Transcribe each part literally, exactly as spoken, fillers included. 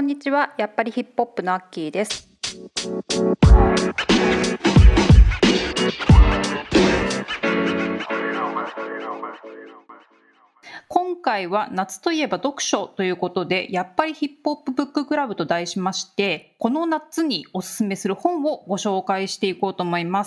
んにちは。やっぱりヒップホップのアッキーです。今回は夏といえば読書ということで、やっぱりヒップホップブッククラブと題しまして、この夏におすすめする本をご紹介していこうと思います。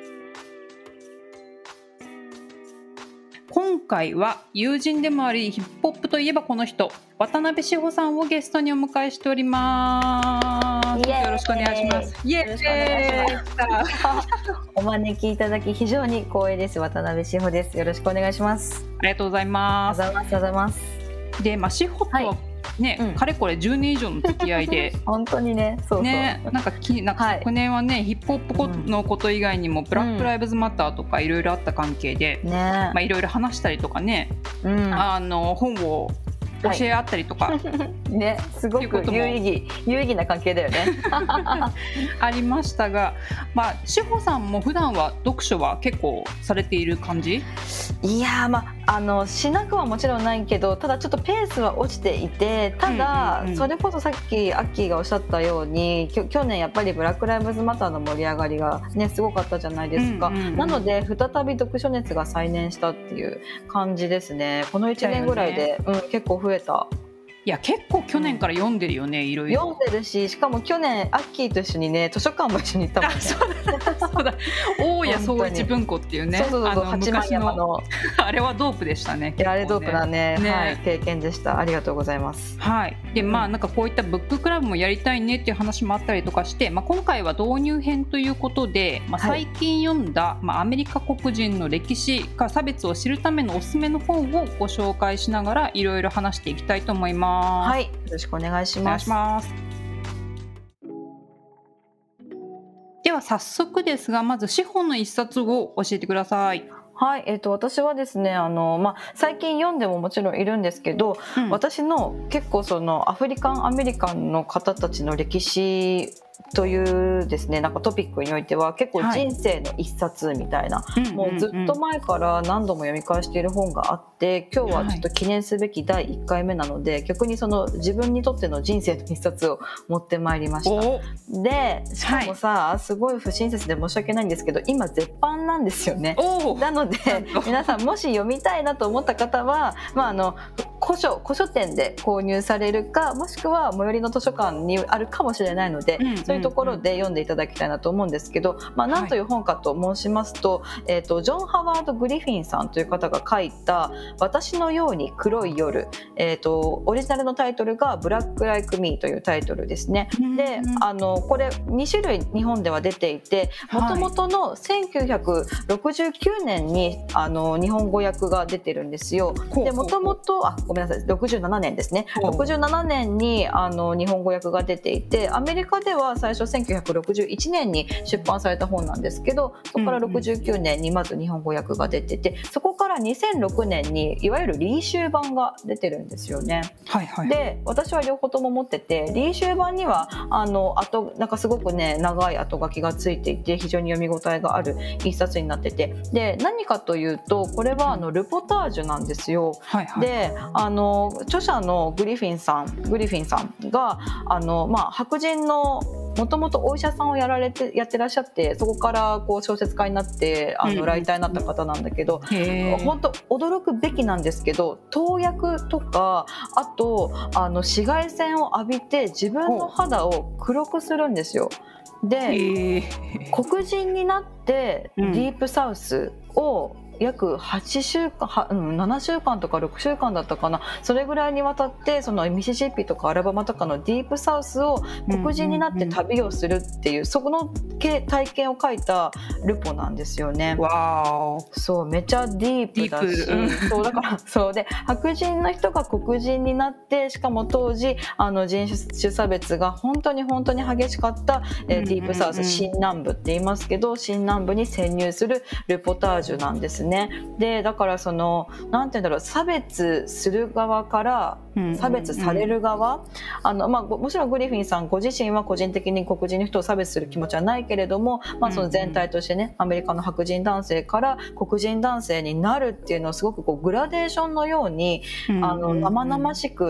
今回は友人でもありヒップホップといえばこの人、渡辺志保さんをゲストにお迎えしております。よろしくお願いします。イエーイ。 お招きいただき非常に光栄です。渡辺志保です。よろしくお願いします。 ありがとうございます。 ありがとうございます。 で、まあ、志保とはね、はい、うん、かれこれじゅうねん以上の付き合いで本当にね、そうそうね、なんかきなんか昨年はね、はい、ヒップホップのこと以外にも、うん、ブラックライブズマターとかいろいろあった関係で、ね、まあ、いろいろ話したりとかね、うん、あの本を教え合ったりとか、はい、 ね、すごく有意義有意義な関係だよねありましたが、まあ、志保さんも普段は読書は結構されている感じ？ いや、まあ、あのしなくはもちろんないけど、ただちょっとペースは落ちていて、ただ、うんうんうん、それこそさっきアッキーがおっしゃったように、きょ去年やっぱりブラックライブズマターの盛り上がりが、ね、すごかったじゃないですか、うんうんうん、なので再び読書熱が再燃したっていう感じですね。このいちねんぐらいで、ね、うん、結構増えた。 いや、結構去年から読んでるよね、うん、いろいろ読んでるし、しかも去年アッキーと一緒にね、図書館も一緒に行ったもんね。 そうだそうだ大谷総一文庫っていうね、 そうそうそう、あの八幡山のあれはドープでしたね。 いや、あれドープな ね, ね、はい、経験でした。ありがとうございます。 はい。で、まあ、なんかこういったブッククラブもやりたいねっていう話もあったりとかして、まあ、今回は導入編ということで、まあ、最近読んだ、はい、まあ、アメリカ黒人の歴史か差別を知るためのおすすめの本をご紹介しながらいろいろ話していきたいと思います。 はい、よろしくお願いします。お願いします。 では早速ですが、まず志保の一冊を教えてください。 はい、えー、と私はですね、あの、まあ、最近読んでももちろんいるんですけど、うん、私の結構そのアフリカンアメリカンの方たちの歴史というですね、なんかトピックにおいては結構人生の一冊みたいな、はい、もうずっと前から何度も読み返している本があって、今日はちょっと記念すべきだいいっかいめなので、はい、逆にその自分にとっての人生の一冊を持ってまいりました。で、しかもさ、はい、すごい不親切で申し訳ないんですけど、今絶版なんですよね。なので皆さんもし読みたいなと思った方は、まあ、あの古書、古書店で購入されるか、もしくは最寄りの図書館にあるかもしれないので、うんうんうん、そういうところで読んでいただきたいなと思うんですけど、まあ、何という本かと申しますと、はい、えーと、ジョン・ハワード・グリフィンさんという方が書いた私のように黒い夜、えーと、オリジナルのタイトルがブラック・ライク・ミーというタイトルですね。うんうん、で、あのこれに種類日本では出ていて、もともとのせんきゅうひゃくろくじゅうきゅうねんにあの日本語訳が出てるんですよ。で、もともとあごめんなさい、ろくじゅうななねんですね。ろくじゅうななねんにあの日本語訳が出ていて、アメリカでは最初せんきゅうひゃくろくじゅういちねんに出版された本なんですけど、そこからろくじゅうきゅうねんにまず日本語訳が出てて、そこからにせんろくねんにいわゆるリーシュー版が出てるんですよね。 はいはい、 で、私は両方とも持ってて、リーシュー版にはあの後なんかすごくね、長い後書きがついていて、非常に読み応えがある一冊になってて、で、何かというと、これはあのルポタージュなんですよ。はいはい、で、あの著者のグリフィンさんグリフィンさんがあの、まあ、白人のもともとお医者さんをやられてやってらっしゃって、そこからこう小説家になってあのライターになった方なんだけど、本当驚くべきなんですけど、投薬とか、あとあの紫外線を浴びて自分の肌を黒くするんですよ。で、黒人になってディープサウスを約はちしゅうかん、うん、ななしゅうかんとかろくしゅうかんだったかな、それぐらいにわたってそのミシシッピとかアラバマとかのディープサウスを黒人になって旅をするっていう、うんうんうん、そこの体験を書いたルポなんですよね。 わー、 そうめちゃディープだし、うん、そうだからそうで、白人の人が黒人になって、しかも当時あの人種差別が本当に本当に激しかった、えー、ディープサウス、うんうんうん、新南部って言いますけど、新南部に潜入するルポタージュなんですね。で、だからそのなんていうんだろう、差別する側から差別される側、うんうんうん、あのまあ、もちろんグリフィンさんご自身は個人的に黒人の人を差別する気持ちはないけれども、まあ、その全体としてね、うんうん、アメリカの白人男性から黒人男性になるっていうのをすごくこうグラデーションのように、うんうんうん、あの生々しく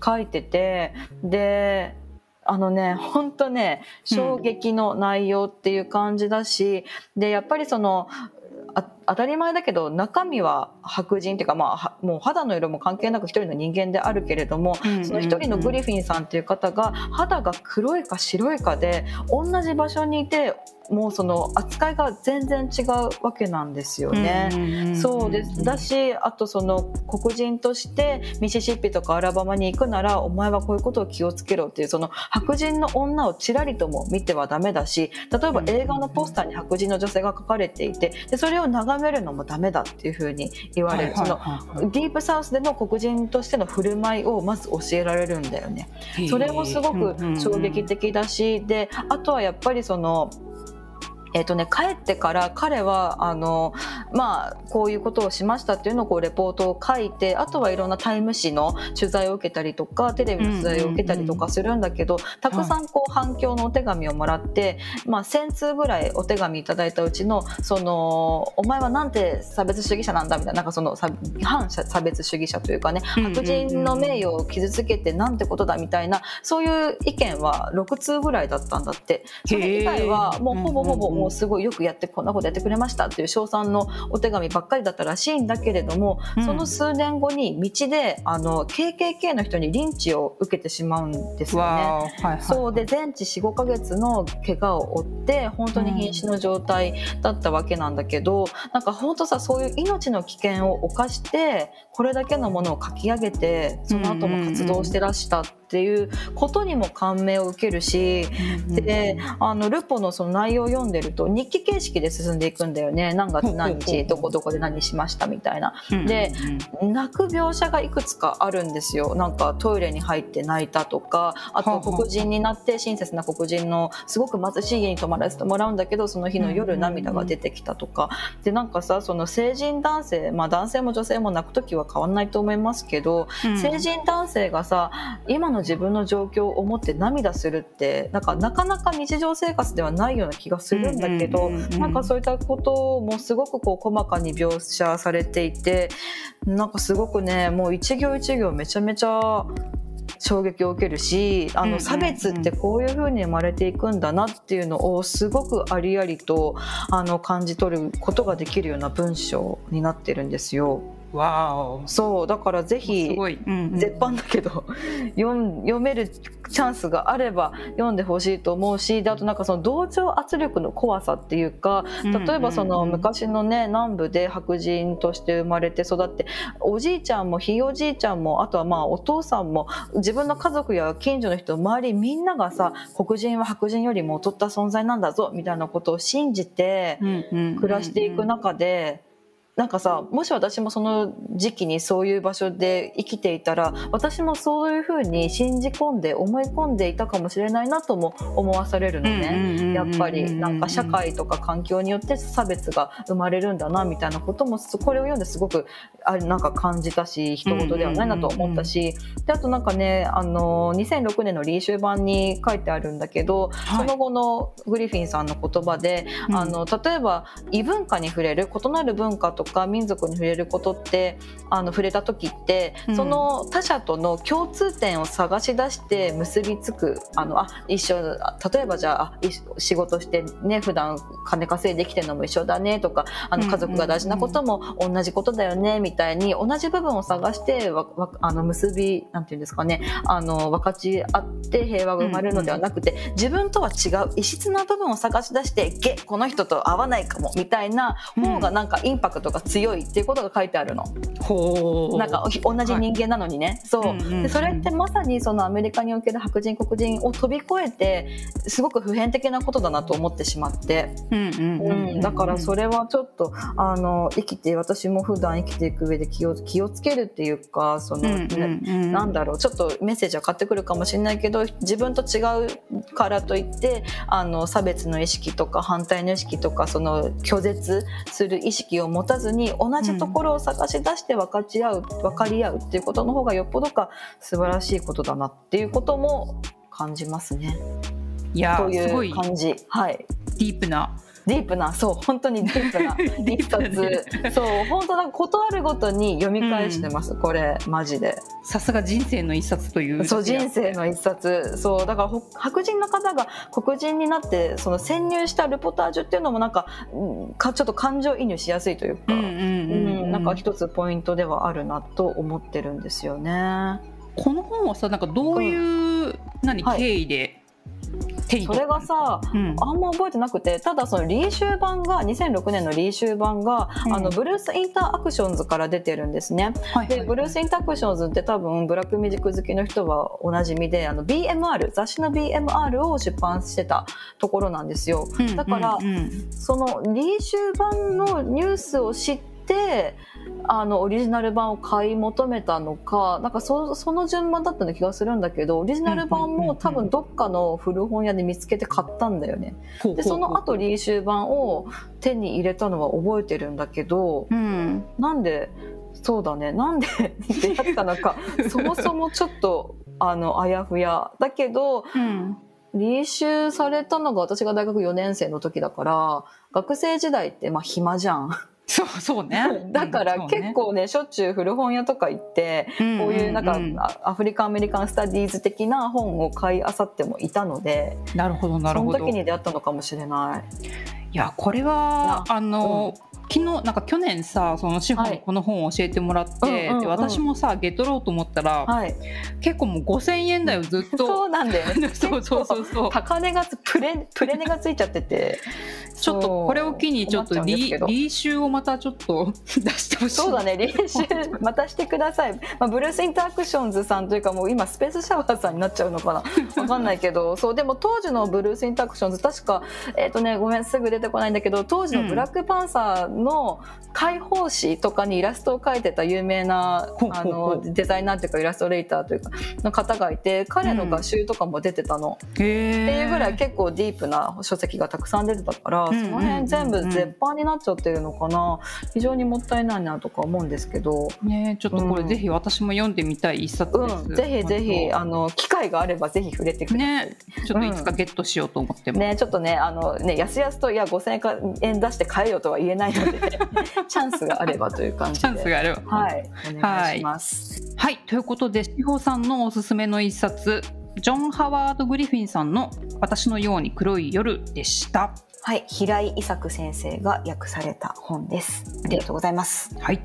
書いてて、であのね本当ね衝撃の内容っていう感じだし、うん、でやっぱりそのあ当たり前だけど中身は白人っていうか、まあ、もう肌の色も関係なく一人の人間であるけれども、うんうんうん、その一人のグリフィンさんっていう方が肌が黒いか白いかで同じ場所にいてもうその扱いが全然違うわけなんですよね、うんうんうんうん、そうですだし、あとその黒人としてミシシッピとかアラバマに行くならお前はこういうことを気をつけろっていう、その白人の女をちらりとも見てはダメだし、例えば映画のポスターに白人の女性が描かれていて、でそれを眺めるのもダメだっていうふうに言われる、はいはいはいはい、そのディープサウスでの黒人としての振る舞いをまず教えられるんだよね。それもすごく衝撃的だし、であとはやっぱりそのえーとね、帰ってから彼はあの、まあ、こういうことをしましたっていうのをこうレポートを書いて、あとはいろんなタイム誌の取材を受けたりとかテレビの取材を受けたりとかするんだけど、うんうんうん、たくさんこう反響のお手紙をもらって、まあ、せんつうぐらいお手紙いただいたうちの、そのお前はなんて差別主義者なんだみたいな、なんかその反差別主義者というかね、白人の名誉を傷つけてなんてことだみたいな、そういう意見はろくつうぐらいだったんだって。それ以外はもうほぼほぼもうすごいよくやってこんなことやってくれましたっていう称賛のお手紙ばっかりだったらしいんだけれども、うん、その数年後に道であの ケーケーケー の人にリンチを受けてしまうんですよね、はいはい、そうで全治 よん、ごかげつの怪我を負って本当に瀕死の状態だったわけなんだけど、うん、なんか本当さ、そういう命の危険を冒してこれだけのものを書き上げてその後も活動してらしたっていうことにも感銘を受けるし、であのルポのその内容を読んでると日記形式で進んでいくんだよね。何月何日どこどこで何しましたみたいな。で泣く描写がいくつかあるんですよ。なんかトイレに入って泣いたとか、あと黒人になって親切な黒人のすごく貧しい家に泊まらせてもらうんだけど、その日の夜涙が出てきたとかで、なんかさ、その成人男性、まあ男性も女性も泣くときは変わんないと思いますけど、成人男性がさ今の自分の状況を思って涙するってなんかなかなか日常生活ではないような気がするんだけど、なんかそういったこともすごくこう細かに描写されていて、なんかすごくね、もう一行一行めちゃめちゃ衝撃を受けるし、あの差別ってこういう風に生まれていくんだなっていうのをすごくありありとあの感じ取ることができるような文章になってるんですよ。 わー、 そうだからぜひ、うんうん、絶版だけど読, 読めるチャンスがあれば読んでほしいと思うし、であとなんかその同調圧力の怖さっていうか、例えばその昔のね南部で白人として生まれて育って、おじいちゃんもひいおじいちゃんもあとはまあお父さんも自分の家族や近所の人周りみんながさ、黒人は白人よりも劣った存在なんだぞみたいなことを信じて暮らしていく中で、なんかさ、もし私もその時期にそういう場所で生きていたら、私もそういう風に信じ込んで思い込んでいたかもしれないなとも思わされるのね。やっぱりなんか社会とか環境によって差別が生まれるんだなみたいなこともこれを読んですごくあなんか感じたし、人事ではないなと思ったし、であとなんかね、あのにせんろくねんのリーシュー版に書いてあるんだけど、はい、その後のグリフィンさんの言葉で、うん、あの例えば異文化に触れる、異なる文化とか民族に触れることって、あの触れた時って、うん、その他者との共通点を探し出して結びつく、あのあ一緒、例えばじゃあ仕事してね普段金稼いできてるのも一緒だねとか、あの家族が大事なことも同じことだよねみたいに同じ部分を探してわわあの結びなんていうんですかね、あの分かち合って平和が生まれるのではなくて、うんうん、自分とは違う異質な部分を探し出してゲこの人と合わないかもみたいな方がなんかインパクトが強いっていうことが書いてあるの。ほう、なんか同じ人間なのにね、はい、そう、うんうんうん、でそれってまさにそのアメリカにおける白人黒人を飛び越えてすごく普遍的なことだなと思ってしまって、だからそれはちょっとあの生きて私も普段生きていく上で気を気をつけるっていうか、その、うんうんうん、なんだろう、ちょっとメッセージは買ってくるかもしれないけど、自分と違うからといってあの差別の意識とか反対の意識とかその拒絶する意識を持たずに同じところを探し出して分かち合う、分かり合うっていうことの方がよっぽどか素晴らしいことだなっていうことも感じますね。 いやという感じ、はい、 ディープなディープな、そう本当にディープな一冊、そう本当なんかことあるごとに読み返してます、うん、これマジでさすが人生の一冊という。 そう人生の一冊、そうだから白人の方が黒人になってその潜入したルポタージュっていうのもなんか、かちょっと感情移入しやすいというか、なんか一つポイントではあるなと思ってるんですよね。 この本はさ、なんかどういう、うん、何経緯で手にそれがさ、うん、あんま覚えてなくて、ただそのリーシュー版がにせんろくねんのリーシュー版が、うん、あのブルース・インターアクションズから出てるんですね、はいはいはい、でブルース・インターアクションズって多分ブラックミュージック好きの人はおなじみで、あの ビーエムアール 雑誌の ビーエムアール を出版してたところなんですよ。だから、うんうんうん、そのリーシュー版のニュースを知ってあのオリジナル版を買い求めたのか、なんか そ, その順番だったような気がするんだけど、オリジナル版も多分どっかの古本屋で見つけて買ったんだよね。でその後リーシュー版を手に入れたのは覚えてるんだけど、うん、なんでそうだねなんで出会ったのかそもそもちょっとあのあやふやだけど、うん、リーシューされたのが私が大学よねん生の時だから、学生時代ってまあ暇じゃん。 そうそうね。 だから結構ね、しょっちゅう古本屋とか行って、こういうなんかアフリカンアメリカンスタディーズ的な本を買い漁ってもいたので、 なるほどなるほど。 その時に出会ったのかもしれない。 いやこれはあの、うん昨日なんか去年さ、その志保にこの本を教えてもらって、はいうんうんうん、で私もさゲットろうと思ったら、はい、結構もうごせんえん台をずっとそうなんだよねそうそうそうそう高値がプレプレ値がついちゃっててちょっとこれを機にちょっとリーシューをまたちょっと出してほしい。 そうだね、リーシューまたしてください、まあ、ブルース・インターアクションズさんというかもう今スペースシャワーさんになっちゃうのかなわかんないけどそうでも当時のブルース・インターアクションズ確か、えーとね、ごめんすぐ出てこないんだけど、当時のブラックパンサーの解放誌とかにイラストを描いてた有名なあのデザイナーというかイラストレーターというかの方がいて、彼の画集とかも出てたの、うん、っていうぐらい結構ディープな書籍がたくさん出てたから、その辺全部絶版になっちゃってるのかな、非常にもったいないなとか思うんですけど、 ね、ちょっとこれぜひ私も読んでみたい一冊です、 うん、ぜひぜひあの機会があればぜひ触れてください、 ね、ちょっといつかゲットしようと思ってます、 うんね、ちょっとねあのねやすやすといやごせんえん出して買えよとは言えないのでチャンスがあればという感じで、 チャンスがあれば、 はい、お願いします。 はい、はい、ということで志保さんのおすすめの一冊、ジョン・ハワード・グリフィンさんの私のように黒い夜でした。 はい、平井伊作先生が訳された本です。ありがとうございます。 はい。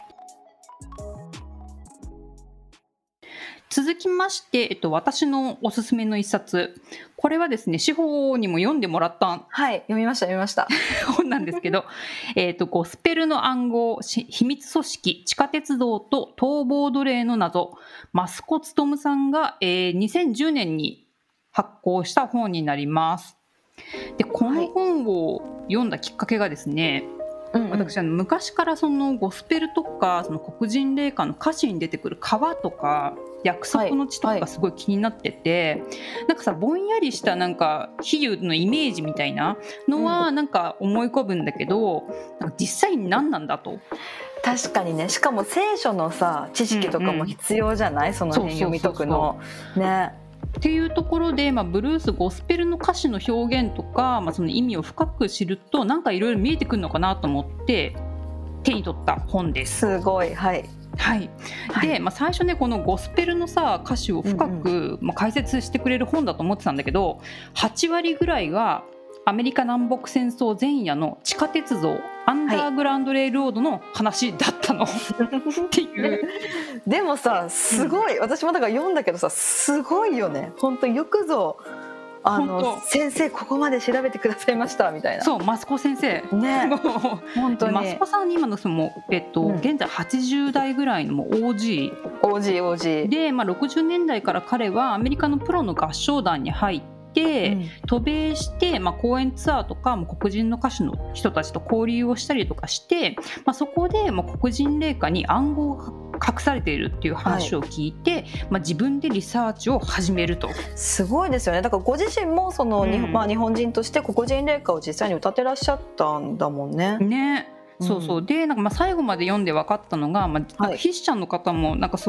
続きまして、えっと、私のおすすめの一冊、これはですね志保にも読んでもらったはい読みました読みました本なんですけどえとゴスペルの暗号秘密組織地下鉄道と逃亡奴隷の謎、増子勉さんが、えー、にせんじゅうねんに発行した本になります。でこの本を読んだきっかけがですね、はい、私あの昔からそのゴスペルとかその黒人霊歌の歌詞に出てくる川とか約束の地とかがすごい気になってて、はいはい、なんかさぼんやりしたなんか比喩のイメージみたいなのはなんか思い浮かぶんだけど、なんか実際に何なんだと。 確かにね、しかも聖書のさ知識とかも必要じゃない、うんうん、その辺読み解くのね。 っていうところで、まあ、ブルースゴスペルの歌詞の表現とか、まあ、その意味を深く知るとなんかいろいろ見えてくるのかなと思って手に取った本です。 すごい、はいはいでまあ、最初ねこのゴスペルのさ歌詞を深く、うんうんまあ、解説してくれる本だと思ってたんだけど、はちわりぐらいがアメリカ南北戦争前夜の地下鉄道アンダーグラウンドレールロードの話だったの、はい、っていうでもさすごい、うん、私もだから読んだけどさすごいよね本当よくぞあの先生ここまで調べてくださいましたみたいな。 そう増子先生ね本当に増子さんに今の人も、えっとうん、現在はちじゅう代ぐらいのもう オージーオージー オージーで、まあ、ろくじゅうねんだいから彼はアメリカのプロの合唱団に入ってうん、渡米して、まあ、公演ツアーとか黒人の歌手の人たちと交流をしたりとかして、まあ、そこで、まあ、黒人霊歌に暗号が隠されているっていう話を聞いて、はいまあ、自分でリサーチを始めると。 すごいですよね。だからご自身もその、うんまあ、日本人として黒人霊歌を実際に歌ってらっしゃったんだもんね。 ねそうそうでなんかまあ最後まで読んで分かったのが、まあ、なんか筆者の方もなんかそう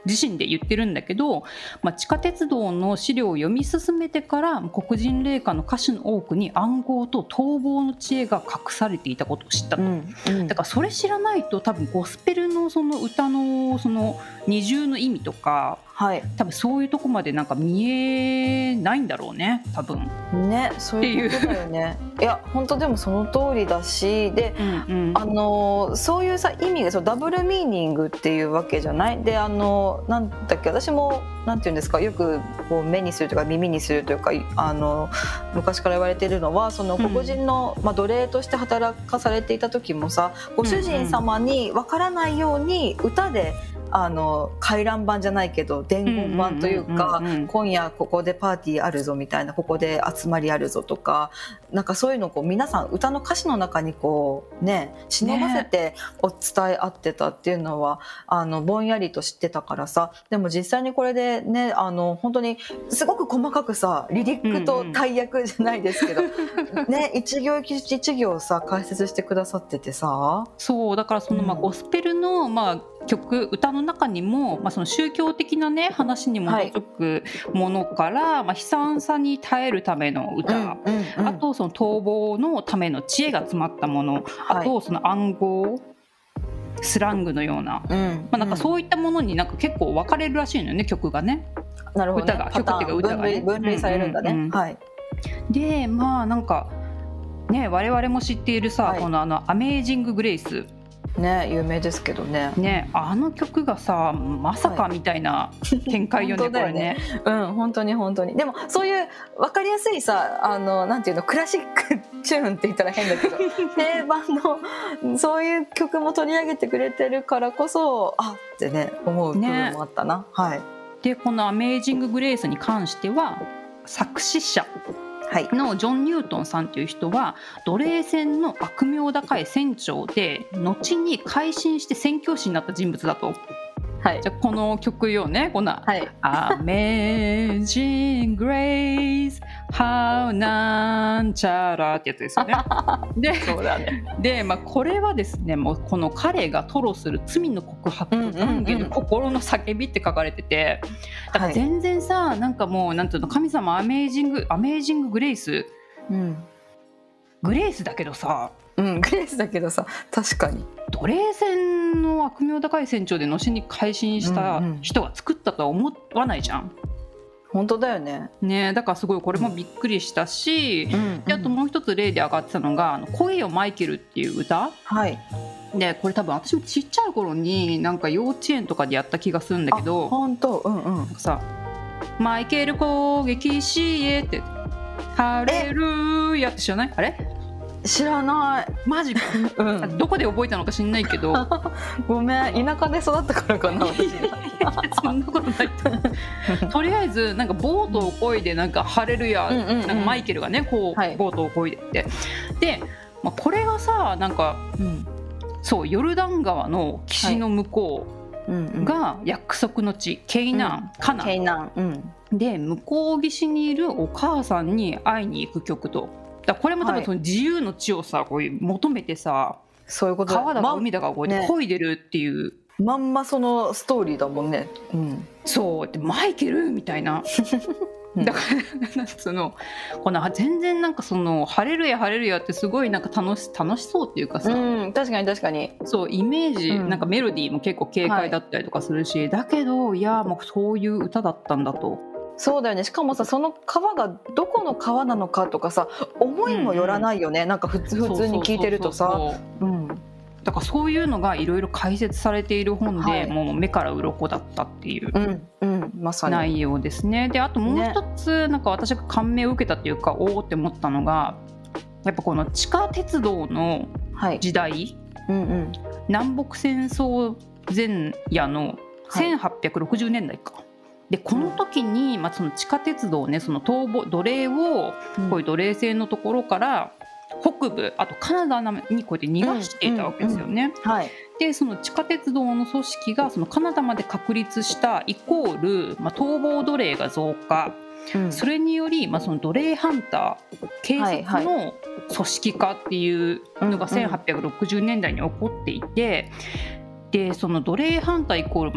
自身で言ってるんだけど、まあ、地下鉄道の資料を読み進めてから黒人霊歌の歌詞の多くに暗号と逃亡の知恵が隠されていたことを知ったと、うんうん、だからそれ知らないと多分ゴスペルのその歌のその二重の意味とか、はい、多分そういうとこまでなんか見えないんだろうね多分ね。そういうことだよね。いや本当でもその通りだしで、うんうん、あのそういうさ意味がそうダブルミーニングっていうわけじゃないで、あのなんだっけ、私もなんていうんですか、よくこう目にするというか耳にするというか、あの昔から言われているのは、その黒人の、うんまあ、奴隷として働かされていた時もさ、ご主人様に分からないように歌であの回覧板じゃないけど伝言板というか、今夜ここでパーティーあるぞみたいな、ここで集まりあるぞとか、なんかそういうのをこう皆さん歌の歌詞の中にこうね忍ばせてお伝え合ってたっていうのは、ね、あのぼんやりと知ってたからさ。でも実際にこれでね、あの本当にすごく細かくさリリックと大役じゃないですけど、うんうん、ね一行一行さ解説してくださっててさ。 そうだからその、まあ、ゴスペルの、まあ曲歌の中にも、まあ、その宗教的な、ね、話に基づくものから、はいまあ、悲惨さに耐えるための歌、うんうんうん、あとその逃亡のための知恵が詰まったもの、はい、あとその暗号スラングのような、うんまあ、なんかそういったものになんか結構分かれるらしいのよね曲がね。 なるほどね、 歌が曲っていうか歌がね分類されるんだね、うんうんうんはい、 でまあなんかね我々も知っているさ、はい、このあのアメージング・グレイスね、有名ですけど ね, ねあの曲がさまさかみたいな展開よね、はい、これね。 うん本当に本当に。でもそういう分かりやすいさ、あのなんていうのクラシックチューンって言ったら変だけど定番のそういう曲も取り上げてくれてるからこそあってね思う部分もあったな、ねはい、 でこのアメージング・グレイスに関しては作詞者のジョン・ニュートンさんという人は奴隷船の悪名高い船長で後に改心して宣教師になった人物だと、はい、じゃこの曲よねこの、はい、Amazing Grace How なんちゃらってやつですよねでそうだねで、まあ、これはですねもうこの彼が吐露する罪の告白と懺悔の心の叫びって書かれてて、だから全然さ、はい、なんかもうなんていうの神様アメージングアメージンググレイス、うん、グレイスだけどさうん、グレースだけどさ確かに奴隷船の悪名高い船長で後に改心した人が作ったとは思わないじゃん、うんうん、 本当だよね。 ねだからすごいこれもびっくりしたし、うん、であともう一つ例で上がってたのが「恋よマイケル」っていう歌、はい、でこれ多分私もちっちゃい頃になんか幼稚園とかでやった気がするんだけど、 本当うんうんなんかさマイケル攻撃しえってハレルヤって知らない？あれ知らない。 マジか、うん、どこで覚えたのか知んないけどごめん田舎で育ったからかな私そんなことないと思うとりあえずなんかボートを漕いでなんかハレルヤ、うんうんうん、なんかマイケルがねこう、はい、ボートを漕いでってで、まあ、これがさなんか、うん、そうヨルダン川の岸の向こうが約束の地ケイナン、カナン、 ケイナン、うん、 で向こう岸にいるお母さんに会いに行く曲とだこれも多分その自由の地をさ、はい、こういう求めてさそういうこと川だか海だかこうやって漕いでるっていう、 ま、まんまそのストーリーだもんね、 うん、そうでマイケルみたいなだからそのこの全然なんかそのハレルヤハレルヤってすごいなんか楽し楽しそうっていうかさ、 うん、確かに確かにそうイメージ、うん、なんかメロディーも結構軽快だったりとかするし、はい、だけどいやもうそういう歌だったんだと。 そうだよね。しかもさその川がどこの川なのかとかさ思いもよらないよね、うんうん、なんか普通普通に聞いてるとさだからそういうのがいろいろ解説されている本で、はい、もう目から鱗だったっていう内容ですね。であともう一つ、ね、なんか私が感銘を受けたっていうかおーって思ったのがやっぱこの地下鉄道の時代、はいうんうん、南北戦争前夜のせんはっぴゃくろくじゅうねんだいか、はいでこの時に、まあ、その地下鉄道ねその逃亡奴隷をこういう奴隷制のところから北部あとカナダにこうやって逃がしていたわけですよね、うんうんはい、でその地下鉄道の組織がそのカナダまで確立したイコール、まあ、逃亡奴隷が増加、うん、それにより、まあ、その奴隷ハンター警察の組織化っていうのがせんはっぴゃくろくじゅうねんだいに起こっていてでその奴隷ハンターイコール、まあ奴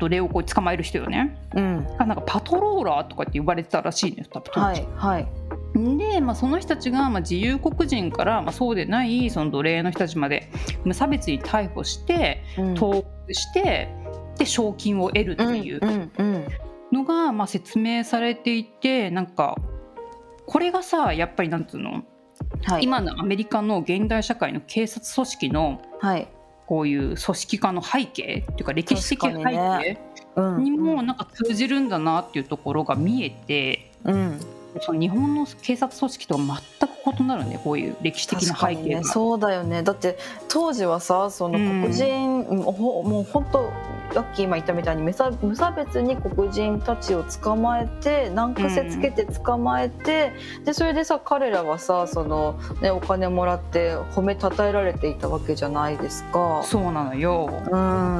奴隷をこう捕まえる人よね、 うん、 なんかパトローラーとかって呼ばれてたらしいんです多分当時。 はいはいで、まあ、その人たちがまあ自由黒人から、まあ、そうでないその奴隷の人たちまで無差別に逮捕して投獄して、うん、で賞金を得るっていうのがまあ説明されていて、なんかこれがさやっぱりなんつうの、はい、今のアメリカの現代社会の警察組織のこういう組織化の背景っていうか歴史的背景にもなんか通じるんだなっていうところが見えて、うん、その日本の警察組織とは全く異なるね、こういう歴史的な背景が、 ね、そうだよね。だって当時はさ、その黒人、うん、もう本当ラッキー今言ったみたいに無差別に黒人たちを捕まえて難癖つけて捕まえて、うん、でそれでさ彼らはさその、ね、お金もらって褒めたたえられていたわけじゃないですか。 そうなのよ。 うん、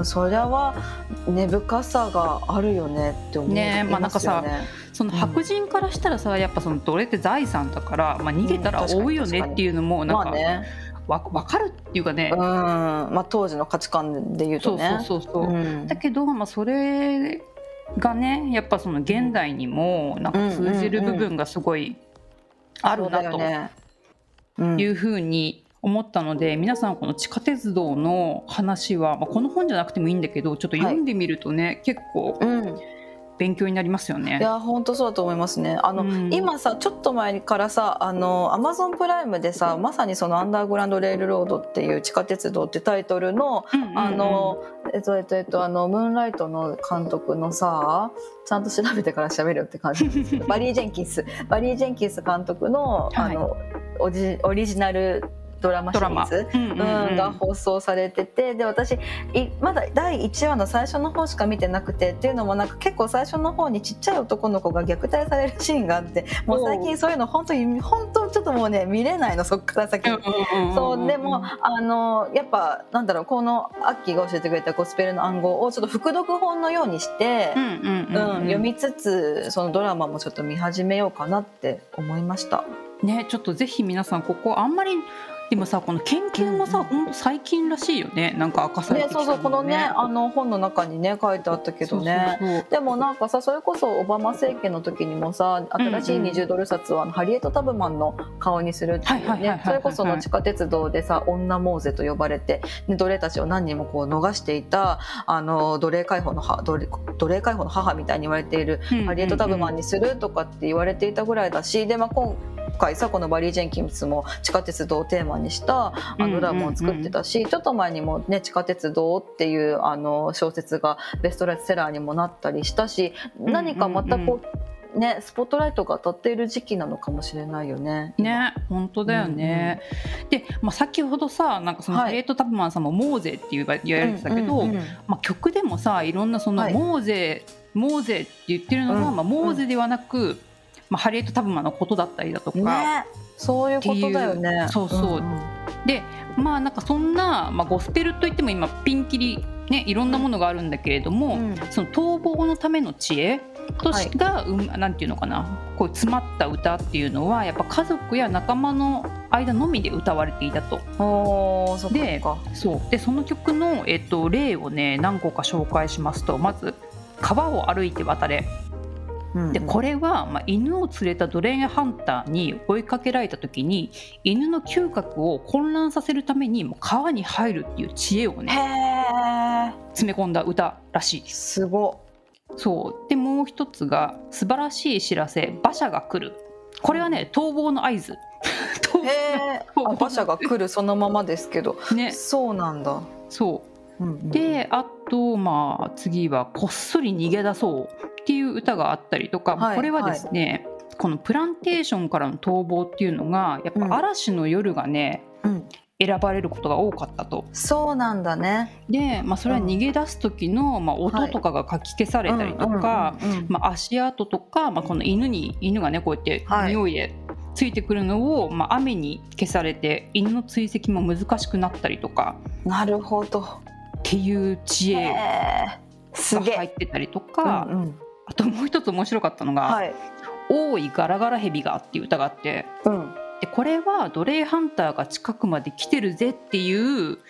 それは根深さがあるよねって思いますよね。 ね、まあ、なんかさその白人からしたらさ、うん、やっぱその奴隷って財産だから、まあ、逃げたら追うよねっていうのもなんか、まあね、わ分かるっていうかね、 うん、まあ、当時の価値観で言うとね。 そうそうそうそう、うん、だけど、まあ、それがねやっぱその現代にもなんか通じる部分がすごいあるなというふうに思ったので、皆さんこの地下鉄道の話は、まあ、この本じゃなくてもいいんだけどちょっと読んでみるとね、はい、結構、うん勉強になりますよね。 いや本当そうだと思いますね。あの、うん、今さちょっと前からさあのアマゾンプライムでさまさにそのアンダーグラウンドレールロードっていう地下鉄道ってタイトルの、うんうんうん、あのえっとえっとえっとあのムーンライトの監督のさちゃんと調べてから喋るよって感じなんですけどバリー・ジェンキンスバリー・ジェンキンス監督の、あの、はい、オリ、オリジナルドラマシリーズ、うんうんうん、が放送されてて、で私いまだだいいちわの最初の方しか見てなくてっていうのもなんか結構最初の方にちっちゃい男の子が虐待されるシーンがあって、もう最近そういうの本当に本当ちょっともうね見れないのそっから先、うんうんうん、そうでもあのやっぱなんだろうこのアッキーが教えてくれたゴスペルの暗号をちょっと複読本のようにして、うんうんうんうん、読みつつそのドラマもちょっと見始めようかなって思いましたね。ちょっとぜひ皆さんここあんまりでもさこの研究もさ、うん、ほんと最近らしいよね。なんか明かされてきたのね。 ね、そうそうこのねあの本の中にね書いてあったけどね。そうそうそうでもなんかさそれこそオバマ政権の時にもさ新しいにじゅうドル札をあのハリエット・タブマンの顔にするっていうね、それこその地下鉄道でさ女モーゼと呼ばれて、ね、奴隷たちを何人もこう逃していたあの奴隷解放の奴隷、奴隷解放の母みたいに言われているハリエット・タブマンにするとかって言われていたぐらいだし、でまあ今今回さこのバリー・ジェンキンスも地下鉄道をテーマにしたあのドラマを作ってたし、うんうんうん、ちょっと前にもね地下鉄道っていうあの小説がベストセラーにもなったりしたし、何かまたこうねスポットライトが当たっている時期なのかもしれないよね。 ね本当だよね、うんうん、で、まあ、先ほどさなんかそのハリエット・タブマンさんもモーゼって言われてたけど、うんうんうんまあ、曲でもさいろんなそのモーゼ、はい、モーゼって言ってるのが、うんまあ、モーゼではなく、うんまあ、ハリエット・タブマンのことだったりだとか、 ね、そういうことだよね。 そうそう、うんうん、でまあなんかそんな、まあ、ゴスペルといっても今ピンキリねいろんなものがあるんだけれども、うん、その逃亡のための知恵としが、はい、なんていうのかなこう詰まった歌っていうのはやっぱ家族や仲間の間のみで歌われていたと。 おそっかでそうでその曲の、えっと、例をね何個か紹介しますと、まず川を歩いて渡れ。でこれは、まあ、犬を連れた奴隷ハンターに追いかけられた時に犬の嗅覚を混乱させるためにもう川に入るっていう知恵をね詰め込んだ歌らしい。 すごそうでもう一つが素晴らしい知らせ馬車が来る。これはね逃亡の合図。 へー馬車が来るそのままですけど、ね、そうなんだ。 そうであと、まあ、次はこっそり逃げ出そうっていう歌があったりとか、はい、これはですね、はい、このプランテーションからの逃亡っていうのがやっぱ嵐の夜がね、うん、選ばれることが多かったと。 そうなんだね。 で、まあ、それは逃げ出す時の、まあ、音とかがかき消されたりとか足跡とか、まあ、この犬に犬がねこうやって匂いでついてくるのを、まあ、雨に消されて犬の追跡も難しくなったりとか。 なるほどっていう知恵が入ってたりとか、うんうん、あともう一つ面白かったのが「はい、多いガラガラヘビが」っていう歌があって、うん、でこれは奴隷ハンターが近くまで来てるぜっていう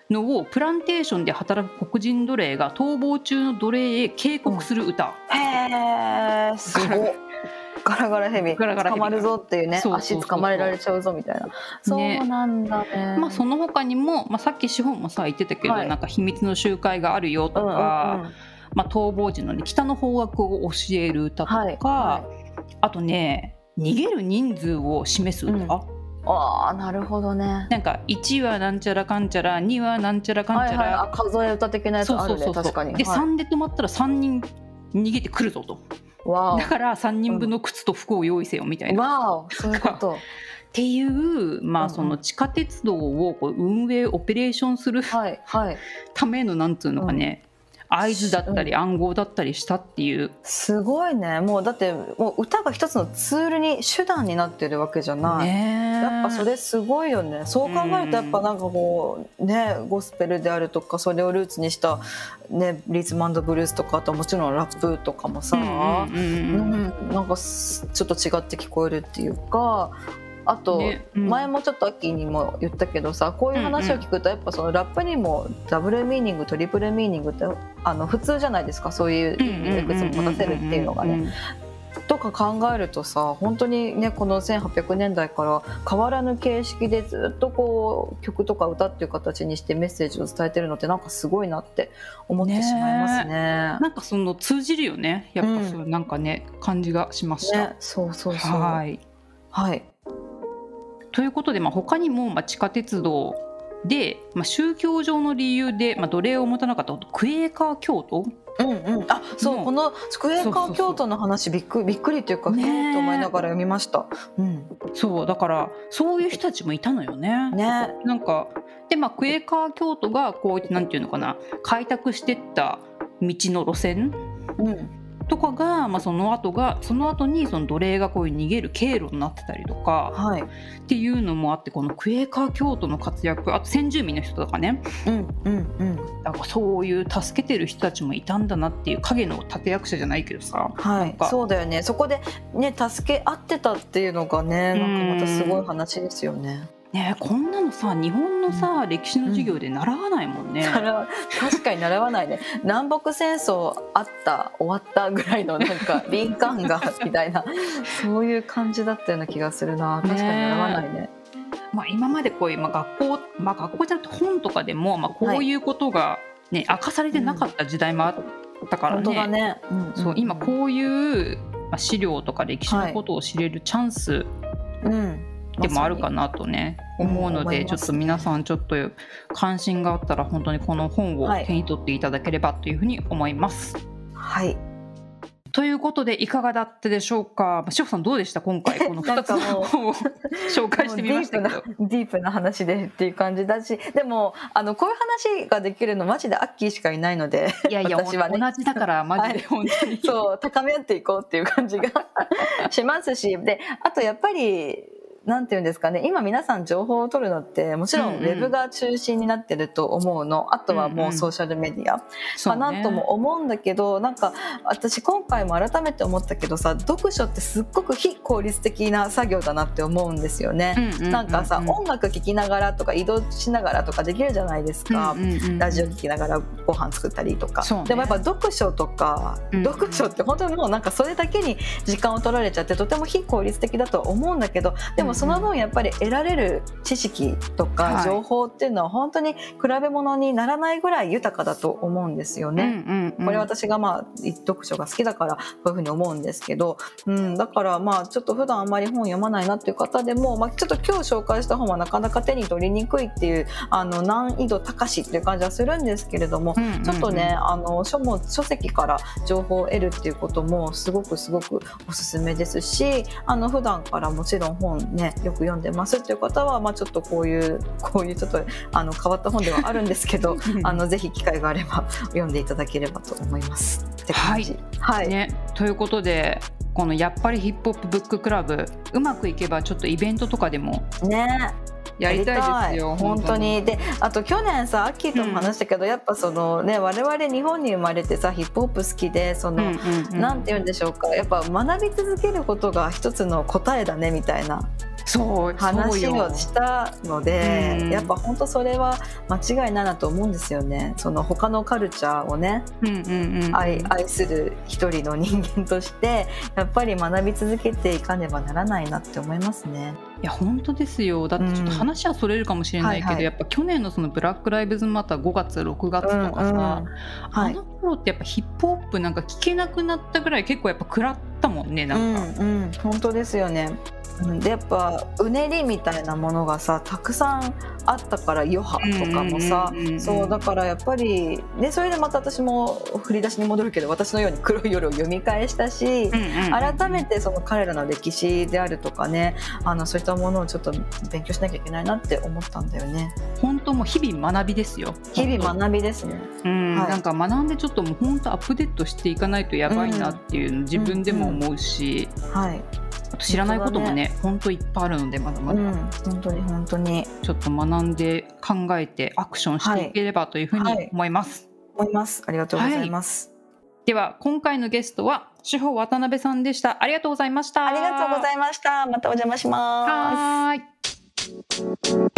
のをプランテーションで働く黒人奴隷が逃亡中の奴隷へ警告する歌、 うん、へーすごいガラガラヘビ捕まるぞっていうね、そうそうそうそう、足捕まえられちゃうぞみたいな、そうなんだね。 まあ、その他にも、まあ、さっき志保もさ言ってたけど、はい、なんか秘密の集会があるよとか、うんうんうん、まあ、逃亡時の、ね、北の方角を教える歌とか、はいはい、あとね逃げる人数を示す歌、うん、 あーなるほどね。 なんかいちはなんちゃらかんちゃら、にはなんちゃらかんちゃら、はいはい、 あ数え歌的なやつあるね。そうそうそうそう、確かに。 で、はい、さんで止まったらさんにん逃げてくるぞと。わだからさんにんぶんの靴と服を用意せよみたいな、 わおそういうことっていう、まあ、その地下鉄道をこう運営オペレーションする、はいはい、ためのなんつうのかね、うん、合図だったり暗号だったりしたっていう、うん、 すごいね。もうだってもう歌が一つのツールに手段になってるわけじゃない、ね、やっぱそれすごいよね。そう考えるとやっぱなんかこうねゴスペルであるとかそれをルーツにしたねリズム&ブルースとかあともちろんラップとかもさ、うんうんうん、なんかちょっと違って聞こえるっていうか、あと、ねうん、前もちょっと秋にも言ったけどさ、こういう話を聞くとやっぱそのラップにもダブルミーニングトリプルミーニングってあの普通じゃないですか、そういういくつも持たせるっていうのがね。とか考えるとさ、本当にねこのせんはっぴゃくねんだいから変わらぬ形式でずっとこう曲とか歌っていう形にしてメッセージを伝えてるのってなんかすごいなって思ってしまいますね。 なんかその通じるよね、やっぱそう、うん、なんかね感じがしました、 ね、そうそうそう、 はい、 はい、 ということで、まあ、他にも、まあ、地下鉄道で、まあ、宗教上の理由で、まあ、奴隷を持たなかったクエーカー教徒、 うんうん、あそうこのクエーカー教徒の話びっくりびっくりというかふーんと思いながら読みました、うん、 そうだからそういう人たちもいたのよね。 ねなんかで、まあ、クエーカー教徒がこうなんていうのかな開拓してった道の路線、うんとかが、まあ、その後がその後にその奴隷がこういう逃げる経路になってたりとか、はい、っていうのもあって、このクエーカー教徒の活躍、あと先住民の人とかね、うんうんうん、だからそういう助けてる人たちもいたんだなっていう、影の立役者じゃないけどさ、 はい、そうだよね。そこで、ね、助け合ってたっていうのがね、なんかまたすごい話ですよね。 ね、こんなのさ日本のさ、うん、歴史の授業で習わないもんね、うん、 確かに習わないね。南北戦争あった終わったぐらいのなんかリンカーンがみたいなそういう感じだったような気がするな。確かに習わないね。ね、 まあ、今までこういう、まあ、学校、まあ、学校じゃなくて本とかでも、まあ、こういうことが、ね、はい、明かされてなかった時代もあったからね、うん、本当だね、うんうん、そう今こういう、まあ、資料とか歴史のことを知れるチャンス、はい、うんでもあるかなとね、思うので、ちょっと皆さんちょっと関心があったら本当にこの本を手に取っていただければというふうに思います。 はい、 ということでいかがだったでしょうか。志保さんどうでした今回このふたつの本を紹介してみましたけど。 ディープな話でっていう感じだし、でもあのこういう話ができるのマジでアッキーしかいないので、 いやいや私は、ね、同じだからマジで本当に、はい、 そう高め合っていこうっていう感じがしますし、であとやっぱりなんていうんですかね、今皆さん情報を取るのってもちろんウェブが中心になってると思うの、うんうん、あとはもうソーシャルメディアかなとも思うんだけど、なんか私今回も改めて思ったけどさ、読書ってすっごく非効率的な作業だなって思うんですよね、うんうんうんうん、なんかさ音楽聴きながらとか移動しながらとかできるじゃないですか、うんうんうん、ラジオ聴きながらご飯作ったりとか、ね、でもやっぱ読書とか、うんうん、読書って本当にもうなんかそれだけに時間を取られちゃってとても非効率的だと思うんだけど、でもその分やっぱり得られる知識とか情報っていうのは本当に比べ物にならないぐらい豊かだと思うんですよね、うんうんうん、これ私がまあ読書が好きだからこういうふうに思うんですけど、うん、だからまあちょっと普段あんまり本読まないなっていう方でも、まあ、ちょっと今日紹介した本はなかなか手に取りにくいっていうあの難易度高しっていう感じはするんですけれども、うんうんうん、ちょっとねあの 書, も書籍から情報を得るっていうこともすごくすごくおすすめですし、あの普段からもちろん本ねよく読んでますっていう方は、まあ、ちょっとこういうこういうちょっとあの変わった本ではあるんですけどあのぜひ機会があれば読んでいただければと思いますって感じ、 はいはいね、ということでこのやっぱりヒップホップブッククラブうまくいけばちょっとイベントとかでもねやりたいですよ本当に。であと去年さアッキーとも話したけど、うん、やっぱそのね我々日本に生まれてさヒップホップ好きでその、うんうんうん、なんて言うんでしょうか、やっぱ学び続けることが一つの答えだねみたいなそう話をしたので、うん、やっぱ本当それは間違いないなと思うんですよね。その他のカルチャーをね、うんうんうん、愛, 愛する一人の人間としてやっぱり学び続けていかねばならないなって思いますね。 いや本当ですよ。だってちょっと話はそれるかもしれないけど、うんはいはい、やっぱ去年のそのブラックライブズマターごがつろくがつとかさ、うんうんはい、あの頃ってやっぱヒップホップなんか聞けなくなったぐらい結構やっぱ食らったもんね。なんか、 うんうん、本当ですよね。でやっぱうねりみたいなものがさたくさんあったから余波とかもさ、そうだからやっぱりでそれでまた私も振り出しに戻るけど私のように黒い夜を読み返したし、改めてその彼らの歴史であるとかね、あのそういったものをちょっと勉強しなきゃいけないなって思ったんだよね。 本当もう日々学びですよ。 日々学びですね。 うん、はい、なんか学んでちょっともう本当アップデートしていかないとやばいなっていうの自分でも思うし、うんうんうん、はいあと知らないこともね本当いっぱいあるのでまだまだ、うん、 本当に本当にちょっと学んで考えてアクションしていければというふうに思います、 はいはい、思います。ありがとうございます、はい、 では今回のゲストは志保渡辺さんでした。ありがとうございました。 ありがとうございました。またお邪魔します。 はい